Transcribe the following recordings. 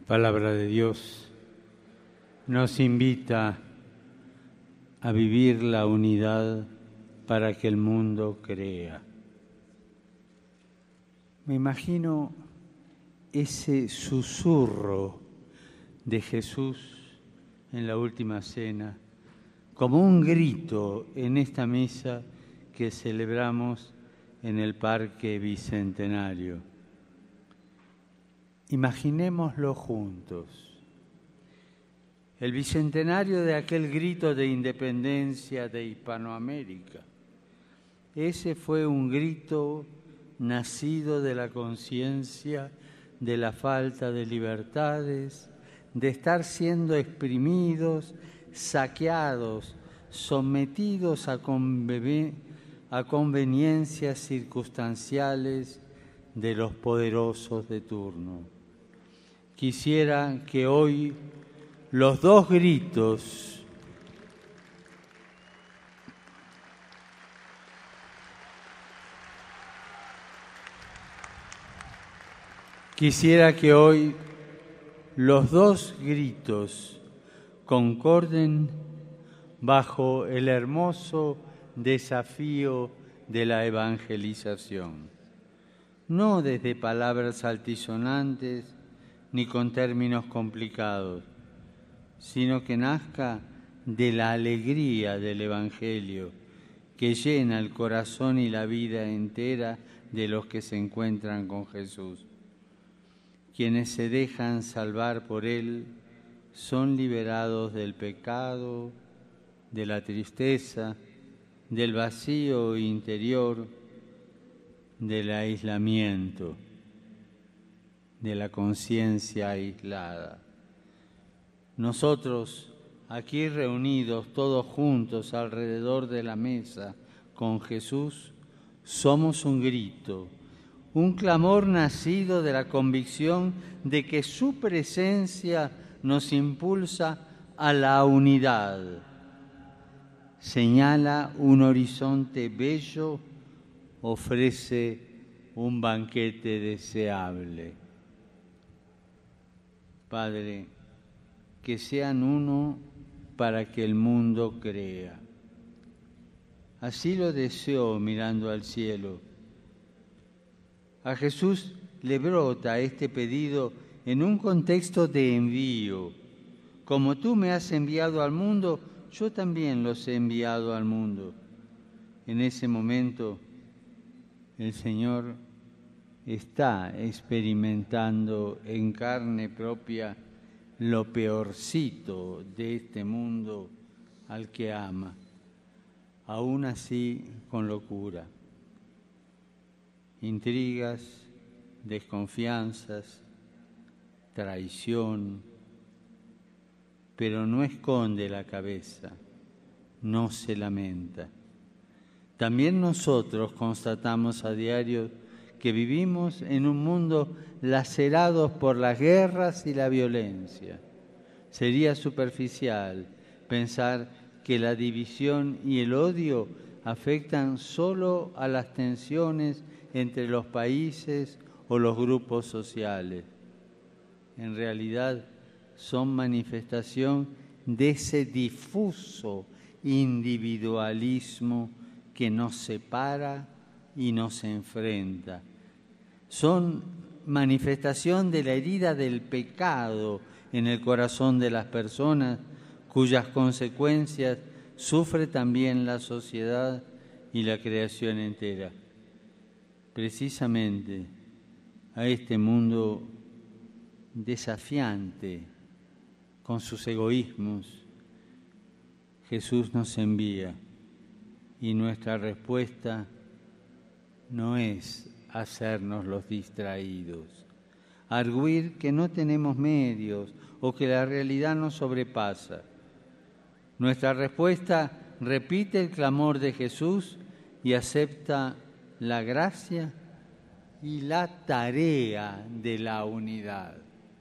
Palabra de Dios nos invita a vivir la unidad para que el mundo crea. Me imagino ese susurro de Jesús en la última cena, como un grito en esta misa que celebramos en el Parque Bicentenario. Imaginémoslo juntos. El bicentenario de aquel grito de independencia de Hispanoamérica. Ese fue un grito nacido de la conciencia de la falta de libertades, de estar siendo exprimidos, saqueados, sometidos a conveniencias circunstanciales de los poderosos de turno. Quisiera que hoy los dos gritos concorden bajo el hermoso desafío de la evangelización, no desde palabras altisonantes ni con términos complicados, sino que nazca de la alegría del Evangelio que llena el corazón y la vida entera de los que se encuentran con Jesús. Quienes se dejan salvar por Él son liberados del pecado, de la tristeza, del vacío interior, del aislamiento, de la conciencia aislada. Nosotros, aquí reunidos todos juntos alrededor de la mesa con Jesús, somos un grito, un clamor nacido de la convicción de que su presencia nos impulsa a la unidad. Señala un horizonte bello, ofrece un banquete deseable. Padre, que sean uno para que el mundo crea. Así lo deseo mirando al cielo. A Jesús le brota este pedido en un contexto de envío. Como tú me has enviado al mundo, yo también los he enviado al mundo. En ese momento, el Señor está experimentando en carne propia lo peorcito de este mundo al que ama, aún así con locura. Intrigas, desconfianzas, traición, pero no esconde la cabeza, no se lamenta. También nosotros constatamos a diario que vivimos en un mundo lacerado por las guerras y la violencia. Sería superficial pensar que la división y el odio afectan solo a las tensiones entre los países o los grupos sociales. En realidad, son manifestación de ese difuso individualismo que nos separa y nos enfrenta. Son manifestación de la herida del pecado en el corazón de las personas, cuyas consecuencias sufre también la sociedad y la creación entera. Precisamente a este mundo desafiante con sus egoísmos, Jesús nos envía y nuestra respuesta no es hacernos los distraídos, arguir que no tenemos medios o que la realidad nos sobrepasa. Nuestra respuesta repite el clamor de Jesús y acepta la gracia y la tarea de la unidad.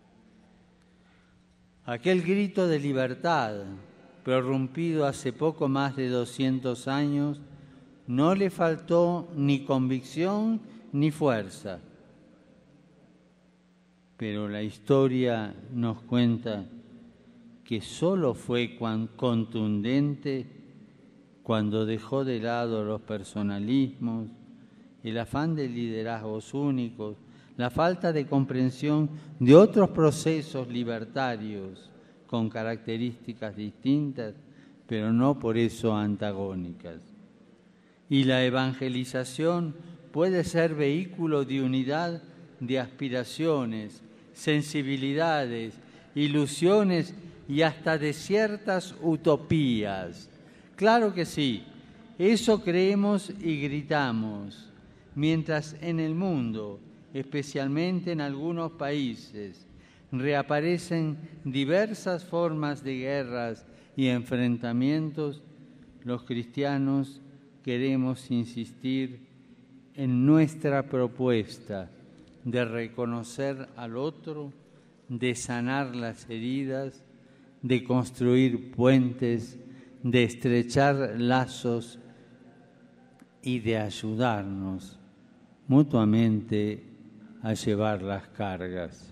Aquel grito de libertad, prorrumpido hace poco más de 200 años, no le faltó ni convicción ni fuerza. pero la historia nos cuenta que solo fue contundente cuando dejó de lado los personalismos, el afán de liderazgos únicos, la falta de comprensión de otros procesos libertarios con características distintas, pero no por eso antagónicas. Y la evangelización puede ser vehículo de unidad de aspiraciones, sensibilidades, ilusiones y hasta de ciertas utopías. Claro que sí, eso creemos y gritamos, mientras en el mundo, especialmente en algunos países, reaparecen diversas formas de guerras y enfrentamientos, los cristianos queremos insistir en nuestra propuesta de reconocer al otro, de sanar las heridas, de construir puentes, de estrechar lazos y de ayudarnos mutuamente a llevar las cargas.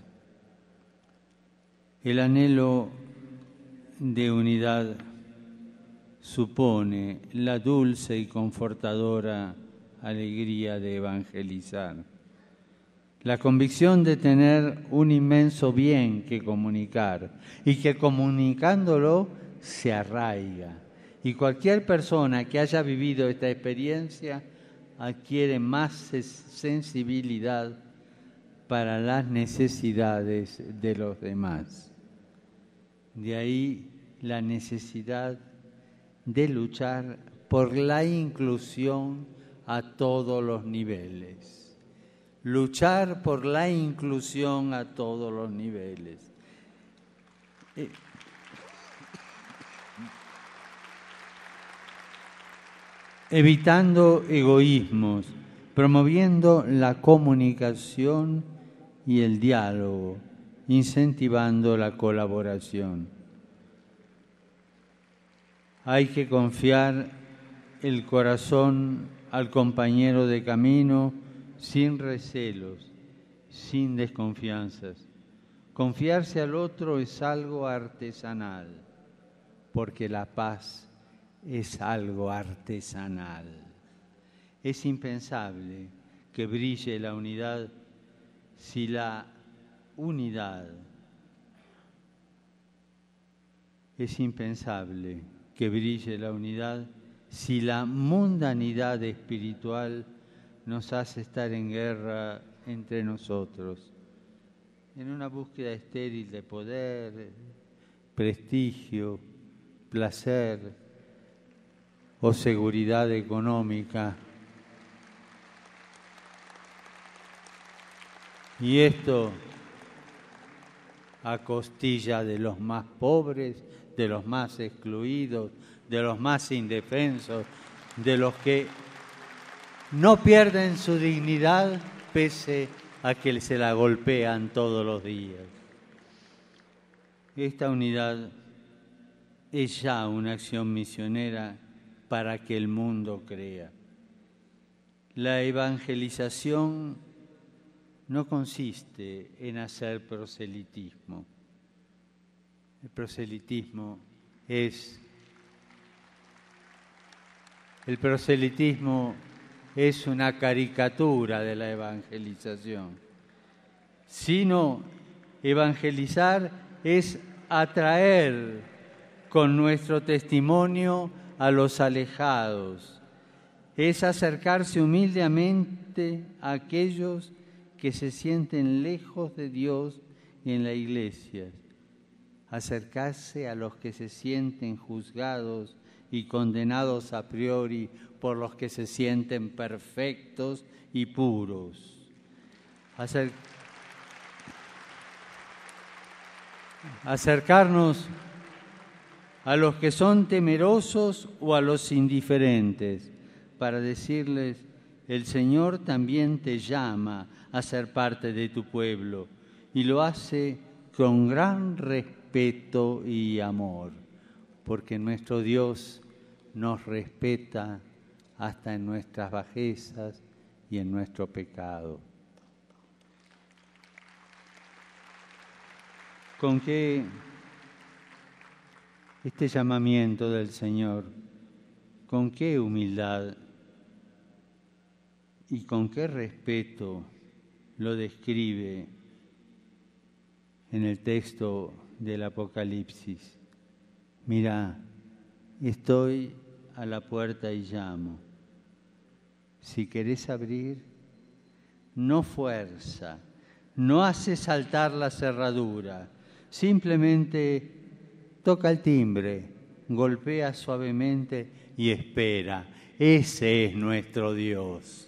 El anhelo de unidad supone la dulce y confortadora alegría de evangelizar, la convicción de tener un inmenso bien que comunicar y que comunicándolo se arraiga. Y cualquier persona que haya vivido esta experiencia adquiere más sensibilidad para las necesidades de los demás. De ahí la necesidad de luchar por la inclusión a todos los niveles. Luchar por la inclusión a todos los niveles. Evitando egoísmos, promoviendo la comunicación y el diálogo, incentivando la colaboración. Hay que confiar el corazón al compañero de camino sin recelos, sin desconfianzas. Confiarse al otro es algo artesanal, porque la paz es algo artesanal. Es impensable que brille la unidad si la unidad es impensable que brille la unidad si la mundanidad espiritual nos hace estar en guerra entre nosotros, en una búsqueda estéril de poder, prestigio, placer o seguridad económica. Y esto a costilla de los más pobres, de los más excluidos, de los más indefensos, de los que no pierden su dignidad pese a que se la golpean todos los días. Esta unidad es ya una acción misionera para que el mundo crea. La evangelización no consiste en hacer proselitismo. El proselitismo es una caricatura de la evangelización. Sino evangelizar es atraer con nuestro testimonio a los alejados, es acercarse humildemente a aquellos que se sienten lejos de Dios y en la iglesia, acercarse a los que se sienten juzgados y condenados a priori por los que se sienten perfectos y puros. Acercarnos a los que son temerosos o a los indiferentes, para decirles, el Señor también te llama a ser parte de tu pueblo y lo hace con gran respeto y amor, porque nuestro Dios nos respeta hasta en nuestras bajezas y en nuestro pecado. con qué este llamamiento del Señor, con qué humildad y con qué respeto lo describe en el texto del Apocalipsis. Mira, estoy a la puerta y llamo. Si querés abrir, no fuerza, no hace saltar la cerradura, simplemente toca el timbre, golpea suavemente y espera. Ese es nuestro Dios.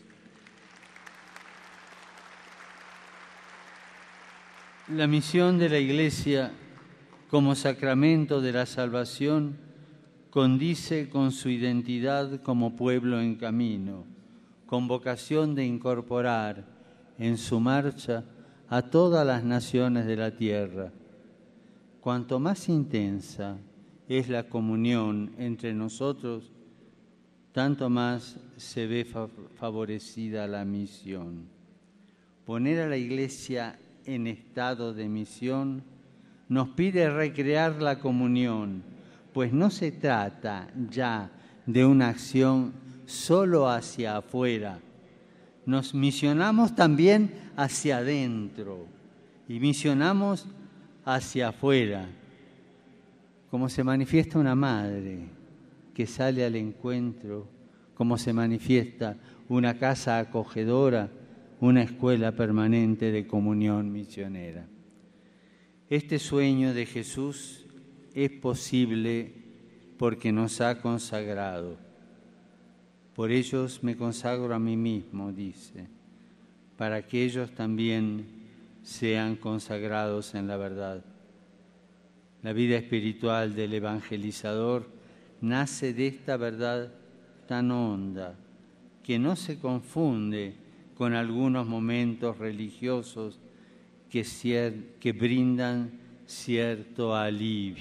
La misión de la Iglesia como sacramento de la salvación condice con su identidad como pueblo en camino, con vocación de incorporar en su marcha a todas las naciones de la tierra. Cuanto más intensa es la comunión entre nosotros, tanto más se ve favorecida la misión. Poner a la Iglesia en estado de misión nos pide recrear la comunión, pues no se trata ya de una acción solo hacia afuera. Nos misionamos también hacia adentro y misionamos hacia afuera, como se manifiesta una madre que sale al encuentro, como se manifiesta una casa acogedora, una escuela permanente de comunión misionera. Este sueño de Jesús es posible porque nos ha consagrado. Por ellos me consagro a mí mismo, dice, para que ellos también sean consagrados en la verdad. La vida espiritual del evangelizador nace de esta verdad tan honda que no se confunde con algunos momentos religiosos que brindan cierto alivio,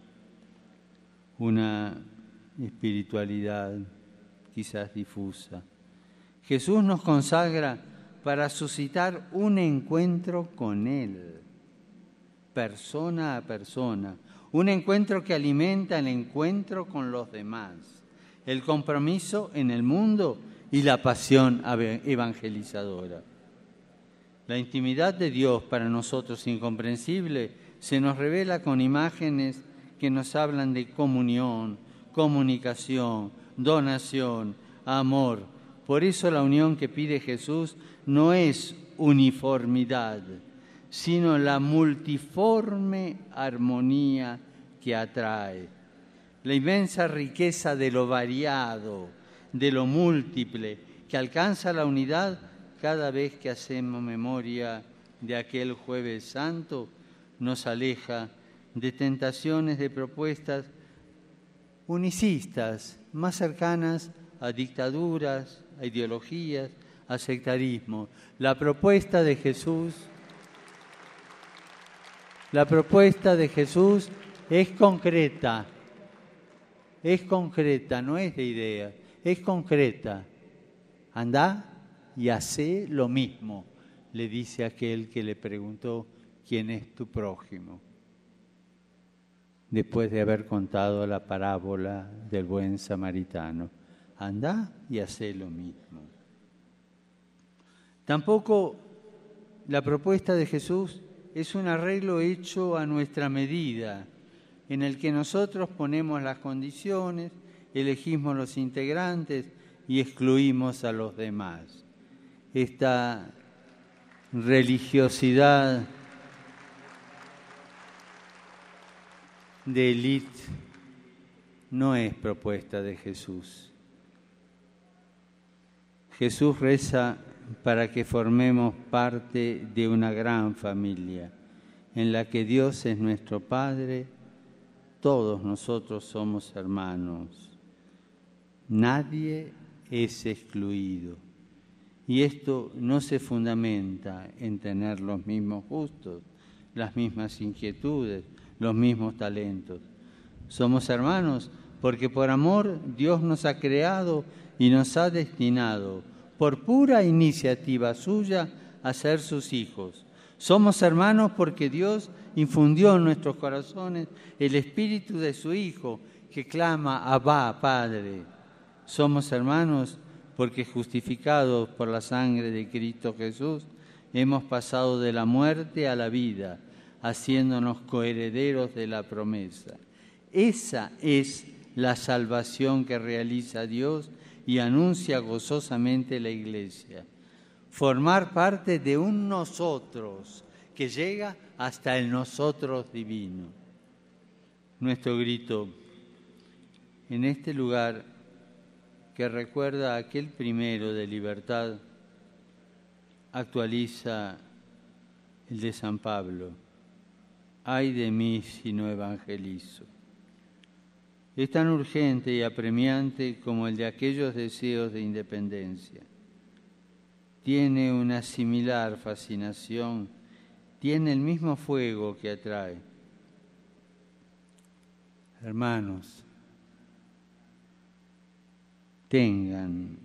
una espiritualidad quizás difusa. Jesús nos consagra para suscitar un encuentro con Él, persona a persona, un encuentro que alimenta el encuentro con los demás, el compromiso en el mundo y la pasión evangelizadora. La intimidad de Dios, para nosotros incomprensible, se nos revela con imágenes que nos hablan de comunión, comunicación, donación, amor. Por eso la unión que pide Jesús no es uniformidad, sino la multiforme armonía que atrae. La inmensa riqueza de lo variado, de lo múltiple, que alcanza la unidad cada vez que hacemos memoria de aquel Jueves Santo, nos aleja de tentaciones, de propuestas unicistas, más cercanas a dictaduras, a ideologías, a sectarismo. La propuesta de Jesús es concreta, no es de idea, es concreta. Andá y hacé lo mismo, le dice aquel que le preguntó quién es tu prójimo, después de haber contado la parábola del buen samaritano. Andá y hacé lo mismo. Tampoco la propuesta de Jesús es un arreglo hecho a nuestra medida, en el que nosotros ponemos las condiciones, elegimos los integrantes y excluimos a los demás. Esta religiosidad de élite no es propuesta de Jesús. Jesús reza para que formemos parte de una gran familia, en la que Dios es nuestro Padre, todos nosotros somos hermanos, nadie es excluido. Y esto no se fundamenta en tener los mismos gustos, las mismas inquietudes, los mismos talentos. Somos hermanos porque por amor Dios nos ha creado y nos ha destinado, por pura iniciativa suya, a ser sus hijos. Somos hermanos porque Dios infundió en nuestros corazones el espíritu de su Hijo, que clama, Abba, Padre. Somos hermanos porque justificados por la sangre de Cristo Jesús, hemos pasado de la muerte a la vida, haciéndonos coherederos de la promesa. Esa es la salvación que realiza Dios y anuncia gozosamente la Iglesia. Formar parte de un nosotros que llega hasta el nosotros divino. Nuestro grito en este lugar que recuerda a aquel primero de libertad actualiza el de San Pablo. Ay de mí si no evangelizo. Es tan urgente y apremiante como el de aquellos deseos de independencia. Tiene una similar fascinación, tiene el mismo fuego que atrae. Hermanos, tengan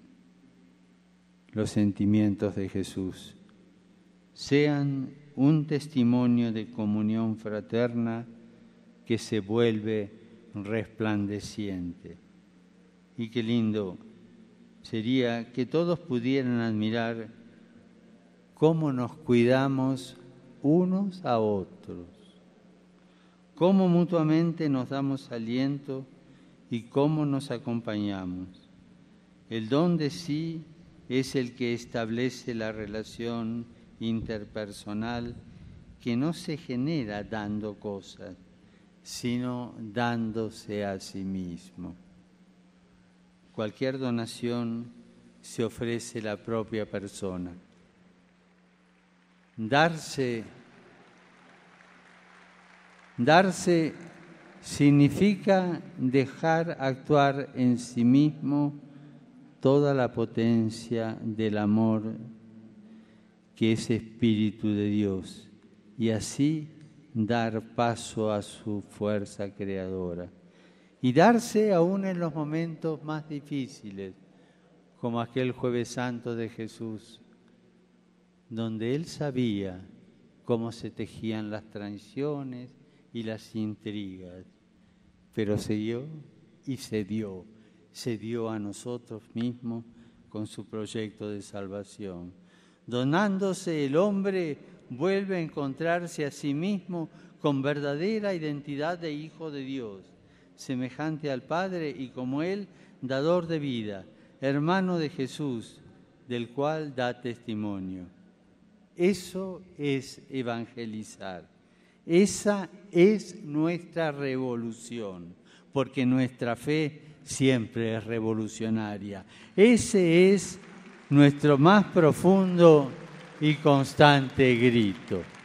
los sentimientos de Jesús, sean un testimonio de comunión fraterna que se vuelve resplandeciente. Y qué lindo sería que todos pudieran admirar cómo nos cuidamos unos a otros, cómo mutuamente nos damos aliento y cómo nos acompañamos. El don de sí es el que establece la relación interpersonal que no se genera dando cosas, sino dándose a sí mismo. Cualquier donación se ofrece la propia persona. Darse significa dejar actuar en sí mismo toda la potencia del amor que es Espíritu de Dios y así dar paso a su fuerza creadora. Y darse aún en los momentos más difíciles, como aquel Jueves Santo de Jesús, donde Él sabía cómo se tejían las traiciones y las intrigas, pero se dio y se dio a nosotros mismos con su proyecto de salvación. Donándose, el hombre vuelve a encontrarse a sí mismo con verdadera identidad de hijo de Dios, semejante al Padre y como Él, dador de vida, hermano de Jesús, del cual da testimonio. Eso es evangelizar. Esa es nuestra revolución, porque nuestra fe siempre es revolucionaria. Ese es nuestro más profundo y constante grito.